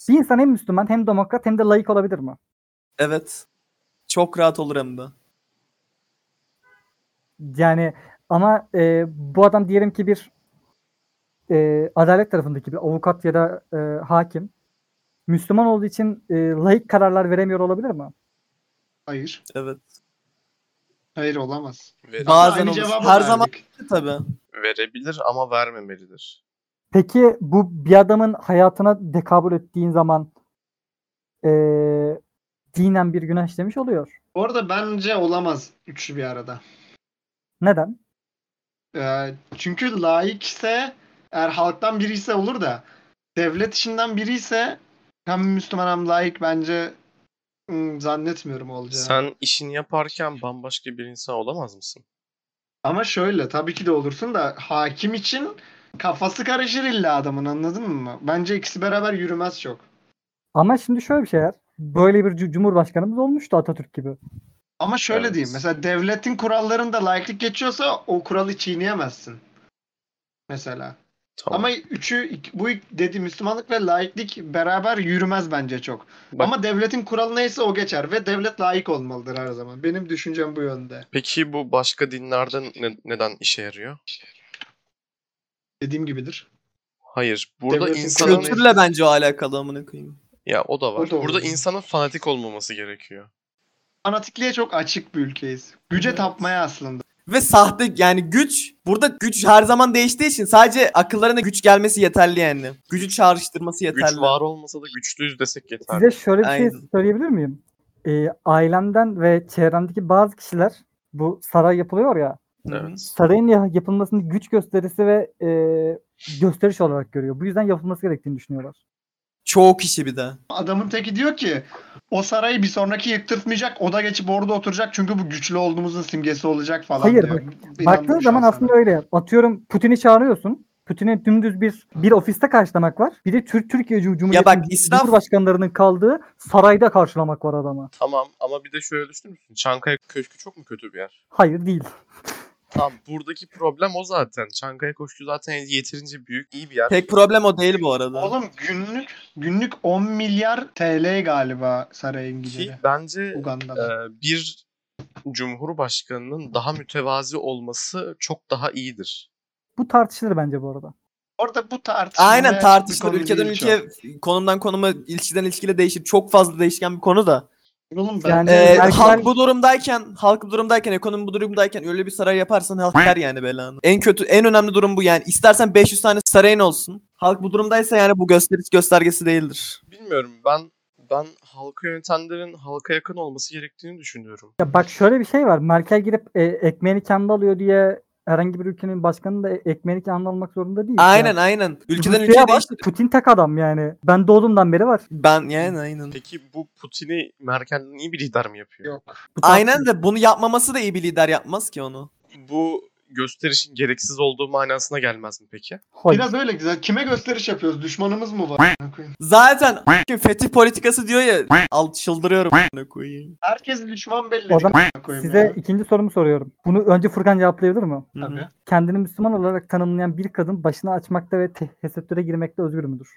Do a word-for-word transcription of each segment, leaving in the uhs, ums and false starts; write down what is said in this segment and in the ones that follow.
Bir insan hem Müslüman hem demokrat hem de laik olabilir mi? Evet. Çok rahat olur hem de. Yani ama e, bu adam diyelim ki bir e, adalet tarafındaki bir avukat ya da e, hakim. Müslüman olduğu için e, laik kararlar veremiyor olabilir mi? Hayır. Evet. Hayır olamaz. Verir. Aslında Bazen aynı olur. cevabı Her zaman verdik. tabii. Verebilir ama vermemelidir. Peki bu bir adamın hayatına dekabül ettiğin zaman e, dinen bir günah işlemiş oluyor. Bu arada bence olamaz üçlü bir arada. Neden? Ee, çünkü laikse eğer halktan biri ise olur da devlet işinden biri ise hem Müslüman hem laik bence hmm, zannetmiyorum olacağını. Sen işini yaparken bambaşka bir insan olamaz mısın? Ama şöyle tabii ki de olursun da hakim için kafası karışır illa adamın, anladın mı? Bence ikisi beraber yürümez çok. Ama şimdi şöyle bir şey var. Böyle bir cu- cumhurbaşkanımız olmuştu Atatürk gibi. Ama şöyle Evet. diyeyim, mesela devletin kurallarında laiklik geçiyorsa o kuralı çiğneyemezsin. Mesela. Tamam. Ama üçü ik- bu ik- dedi Müslümanlık ve laiklik beraber yürümez bence çok. Bak, Ama devletin kuralı neyse o geçer ve devlet laik olmalıdır her zaman. Benim düşüncem bu yönde. peki bu başka dinlerde ne- neden işe yarıyor? Dediğim gibidir. Hayır. Burada Devletin insanın... kuralı- Kültürle bence o alakalı amına koyayım. Ya o da var. O da Burada olabilir. insanın fanatik olmaması gerekiyor. Fanatikliğe çok açık bir ülkeyiz. Güce Evet. tapmaya aslında. Ve sahte yani güç burada güç her zaman değiştiği için sadece akıllarına güç gelmesi yeterli yani. Gücü çağrıştırması yeterli. Güç var olmasa da güçlüyüz desek yeter. Size şöyle bir şey Aynen. söyleyebilir miyim? Ee, ailemden ve çevremdeki bazı kişiler bu saray yapılıyor ya. Hı hı. Evet. Sarayın ya- yapılmasını güç gösterisi ve e, gösteriş olarak görüyor. Bu yüzden yapılması gerektiğini düşünüyorlar. Çoğu kişi bir de. Adamın teki diyor ki o sarayı bir sonraki yıktırtmayacak, o da geçip orada oturacak çünkü bu güçlü olduğumuzun simgesi olacak falan Hayır, diyor. bak, İnandım Baktığın zaman şahsen. aslında öyle. Atıyorum Putin'i çağırıyorsun. Putin'i dümdüz bir bir ofiste karşılamak var. Bir de Türk Türkiye Cum- Ya bak, Cumhuriyeti israf- Cumhurbaşkanlarının kaldığı sarayda karşılamak var adamı. Tamam ama bir de şöyle düşünür müsün? Çankaya Köşkü çok mu kötü bir yer? Hayır değil. Tamam, buradaki problem o zaten. Çankaya Köşkü zaten yeterince büyük, iyi bir yer. Tek problem o değil bu arada. Oğlum günlük günlük on milyar T L galiba sarayın Ki gideri. bence Uganda'da. e, bir cumhurbaşkanının daha mütevazi olması çok daha iyidir. Bu tartışılır bence bu arada. Orada bu tartışılmaya Aynen açık bir tartışılır. konu Ülkeden değil ülkeye, çok. konumdan konuma, ilişkiden ilişkiyle değişir. Çok fazla değişken bir konu da. Oğlum Yani- bence Ee, Merkel- halk bu durumdayken, halk bu durumdayken, ekonomi bu durumdayken öyle bir saray yaparsan halk yer yani belanı. En kötü, en önemli durum bu yani. İstersen beş yüz tane sarayın olsun. Halk bu durumdaysa yani bu gösteriş göstergesi değildir. Bilmiyorum, ben ben halkı yönetenlerin halka yakın olması gerektiğini düşünüyorum. Ya bak şöyle bir şey var. Merkel girip e, ekmeğini kendi alıyor diye herhangi bir ülkenin başkanı da ekmeğini kendi almak zorunda değil. Aynen Yani aynen. Ülkeden Rusya'ya ülkeye bak, değiştir. Putin tek adam yani. Ben doğduğumdan beri var. Ben yani aynen. Peki bu Putin'i Merkel'den iyi bir lider mi yapıyor? yok. Bu Aynen de bunu yapmaması da iyi bir lider yapmaz ki onu. Bu gösterişin gereksiz olduğu manasına gelmez mi peki? Hayır. Biraz öyle güzel. Kime gösteriş yapıyoruz? Düşmanımız mı var? Zaten fetih politikası diyor ya, al çıldırıyorum a**ına koyayım. Herkes düşman belli. O zaman koyayım Size ya. ikinci sorumu soruyorum. Bunu önce Furkan cevaplayabilir mi? Hı hı. Tabii. Kendini Müslüman olarak tanımlayan bir kadın başını açmakta ve te- tesettüre girmekte özgür müdür?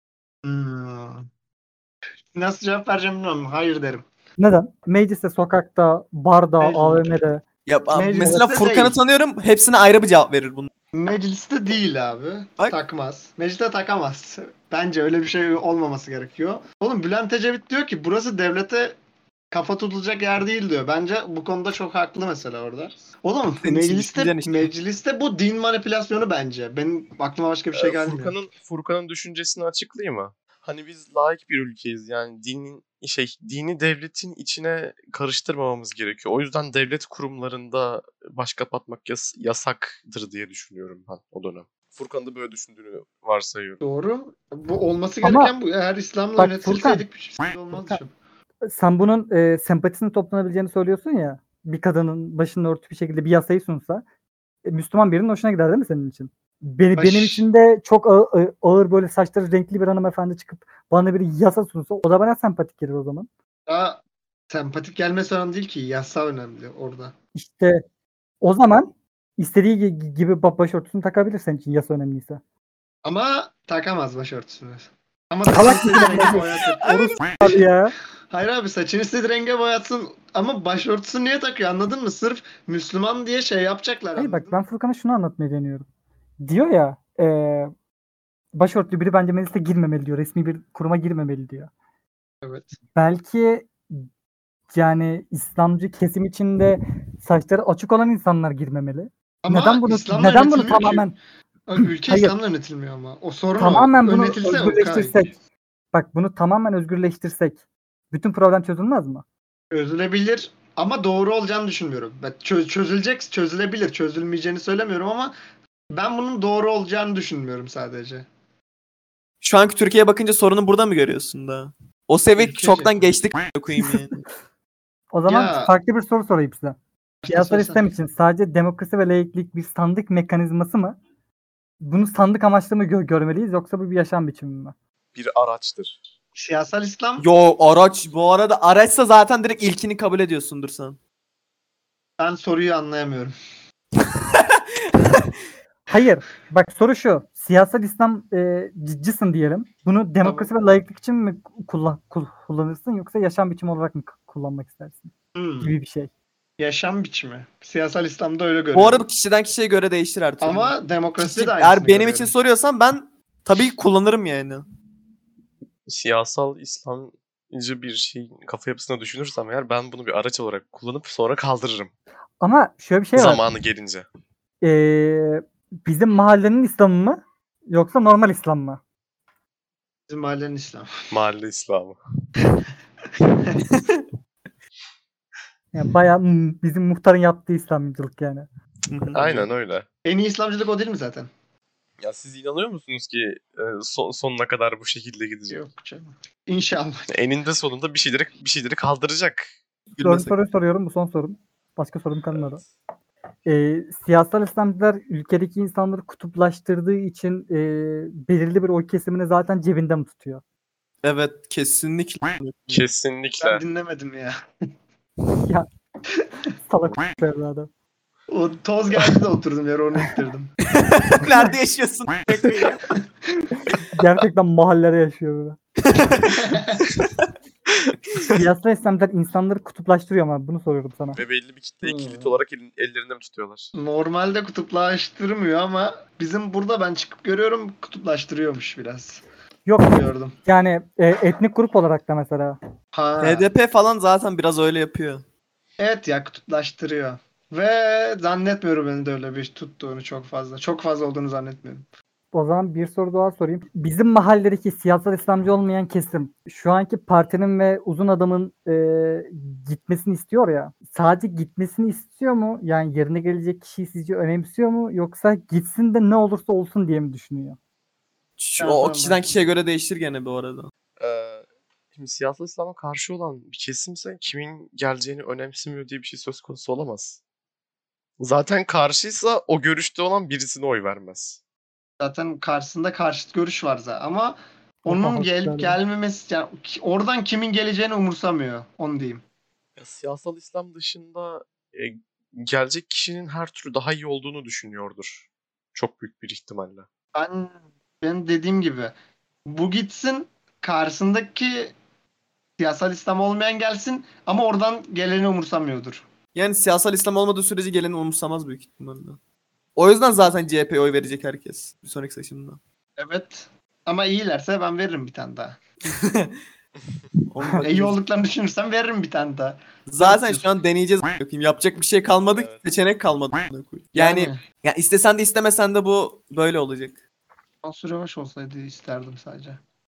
Hmm. Nasıl cevap vereceğim bilmiyorum. Hayır derim. Neden? Mecliste, sokakta, barda, Meclis. A V M'de. Ya a- Mecliste mesela Furkan'ı değil. tanıyorum, hepsine ayrı bir cevap verir bunu. Mecliste değil abi. Bak. Takmaz. Mecliste takamaz. Bence öyle bir şey olmaması gerekiyor. Oğlum Bülent Ecevit diyor ki burası devlete kafa tutulacak yer değil diyor. Bence bu konuda çok haklı mesela orada. Oğlum Senin için mecliste düşüncen işte. mecliste bu din manipülasyonu bence. Benim aklıma başka bir şey Ee, gelmiyor. Furkan'ın Furkan'ın düşüncesini açıklayayım mı? Hani biz laik bir ülkeyiz, yani dinin şey dini devletin içine karıştırmamamız gerekiyor. O yüzden devlet kurumlarında baş kapatmak yas- yasaktır diye düşünüyorum ben o dönem. Furkan da böyle düşündüğünü varsayıyorum. Doğru. Bu olması Ama- gereken bu. Eğer İslam'la Bak yönetilseydik bir şey olmazdı. Furkan. şimdi. Sen bunun e, sempatisini toplanabileceğini söylüyorsun ya. Bir kadının başını örtü bir şekilde bir yasayı sunsa e, Müslüman birinin hoşuna gider değil mi senin için? Beni, Baş- Benim için de çok ağır, ağır böyle saçları renkli bir hanımefendi çıkıp bana bir yasa sunsa o da bana sempatik gelir o zaman. Daha sempatik gelmesi önemli değil ki. Yasa önemli orada. İşte o zaman istediği gi- gibi ba- başörtüsünü takabilir senin için yasa önemliyse. Ama takamaz başörtüsünü. Ama Salak saçını istediği renge boyatır. Orası abi ya. Hayır abi, saçını istediği renge boyatsın ama başörtüsü niye takıyor, anladın mı? Sırf Müslüman diye şey yapacaklar, Hayır anladın bak, ben Furkan'a şunu anlatmaya deniyorum. Diyor ya e, başörtülü biri bence meclise girmemeli diyor. Resmi bir kuruma girmemeli diyor. Evet. Belki yani İslamcı kesim içinde saçları açık olan insanlar girmemeli. Ama neden bunu İslam'la neden bunu yönetilmiyor ki. tamamen Abi, ülke Hayır. İslam'la yönetilmiyor ama. O sorun tamamen o. bunu Yönetilse o özgürleştirsek. kay. Bak bunu tamamen özgürleştirsek bütün problem çözülmez mi? Çözülebilir ama doğru olacağını düşünmüyorum. Ben çö- çözülecek, çözülebilir. Çözülmeyeceğini söylemiyorum ama ben bunun doğru olacağını düşünmüyorum sadece. Şu anki Türkiye'ye bakınca sorunu burada mı görüyorsun da? O seviye Ülke çoktan şey- geçtik a**ına koyayım yani. O zaman Ya- farklı bir soru sorayım size. Siyasal söylesene. sistem için sadece demokrasi ve laiklik bir sandık mekanizması mı? Bunu sandık amaçlı mı gö- görmeliyiz yoksa bu bir yaşam biçimi mi? Bir araçtır. Siyasal İslam, Yo araç bu arada araçsa zaten direkt ilkini kabul ediyorsundur sen. ben soruyu anlayamıyorum. Hayır. Bak soru şu. Siyasal İslam e, cicisın diyelim. Bunu demokrasi ve laiklik için mi kullan, kul- kullanırsın yoksa yaşam biçimi olarak mı k- kullanmak istersin? Hmm. Gibi bir şey. Yaşam biçimi. Siyasal İslam'da öyle görüyorum. Bu arada kişiden kişiye göre değişir her türlü. ama demokrasi Kişi- de aynısını eğer benim görüyorum. için soruyorsan ben tabii ki kullanırım yani. Siyasal İslamcı bir şey kafa yapısına düşünürsem eğer ben bunu bir araç olarak kullanıp sonra kaldırırım. Ama şöyle bir şey var. Zamanı gelince. Ee, bizim mahallenin İslamı mı yoksa normal İslam mı? Bizim mahallenin İslam. Mahalle İslamı. Yani bayağı mm, bizim muhtarın yaptığı İslamcılık yani. Aynen öyle. En iyi İslamcılık o değil mi zaten? Ya siz inanıyor musunuz ki e, son, sonuna kadar bu şekilde gidecek? Yok canım. İnşallah. Eninde sonunda bir şeyleri bir şeyleri kaldıracak. Son Gülmesek. soruyu soruyorum. Bu son sorum. Başka sorum kalmadı. Ee, siyasal İslamcılar ülkedeki insanları kutuplaştırdığı için e, belirli bir oy kesimini zaten cebinde mi tutuyor? Evet kesinlikle. Kesinlikle. Ben dinlemedim ya. Ya salak evladım. O toz geldi de oturdum yere, onu ittirdim. Nerede yaşıyorsun? Gerçekten mahallede yaşıyor böyle. Siyasal İslamcılar insanları kutuplaştırıyor ama bunu soruyorum sana. Ve belli bir kitleyi Hmm. kilit olarak elin- ellerinde mi tutuyorlar? Normalde kutuplaştırmıyor ama bizim burada ben çıkıp görüyorum, kutuplaştırıyormuş biraz. Yok Gördüm. yani e, etnik grup olarak da mesela. Ha. H D P falan zaten biraz öyle yapıyor. Evet ya, kutuplaştırıyor. Ve zannetmiyorum benim de öyle bir tuttuğunu çok fazla. Çok fazla olduğunu zannetmiyorum. O zaman bir soru daha sorayım. Bizim mahalledeki siyasal İslamcı olmayan kesim şu anki partinin ve uzun adamın e, gitmesini istiyor ya. Sadece gitmesini istiyor mu? Yani yerine gelecek kişiyi sizce önemsiyor mu? Yoksa gitsin de ne olursa olsun diye mi düşünüyor? Şu- Ben o, o sana kişiden bakayım. kişiye göre değişir gene bu arada. Ee, şimdi siyasal İslam'a karşı olan bir kesimse kimin geleceğini önemsemiyor diye bir şey söz konusu olamaz. Zaten karşıysa o görüşte olan birisine oy vermez. Zaten karşısında karşıt görüş var zaten ama onun Oha, gelip hoş geldin. gelmemesi, yani ki- oradan kimin geleceğini umursamıyor. Onu diyeyim. Ya, siyasal İslam dışında e, gelecek kişinin her türlü daha iyi olduğunu düşünüyordur. Çok büyük bir ihtimalle. Ben benim dediğim gibi bu gitsin, karşısındaki siyasal İslam olmayan gelsin ama oradan geleni umursamıyordur. Yani siyasal İslam olmadığı sürece geleni umursamaz büyük ihtimalle. O yüzden zaten C H P'ye oy verecek herkes bir sonraki seçimde. Evet. Ama iyilerse ben veririm bir tane daha. Onu E, bakacağız. iyi olduklarını düşünürsem veririm bir tane daha. Zaten şu an deneyeceğiz. Bakayım. Yapacak bir şey kalmadı. ki, Evet. Seçenek kalmadı. Yani, ya istesen de istemesen de bu böyle olacak. Mansur Yavaş olsaydı isterdim sadece.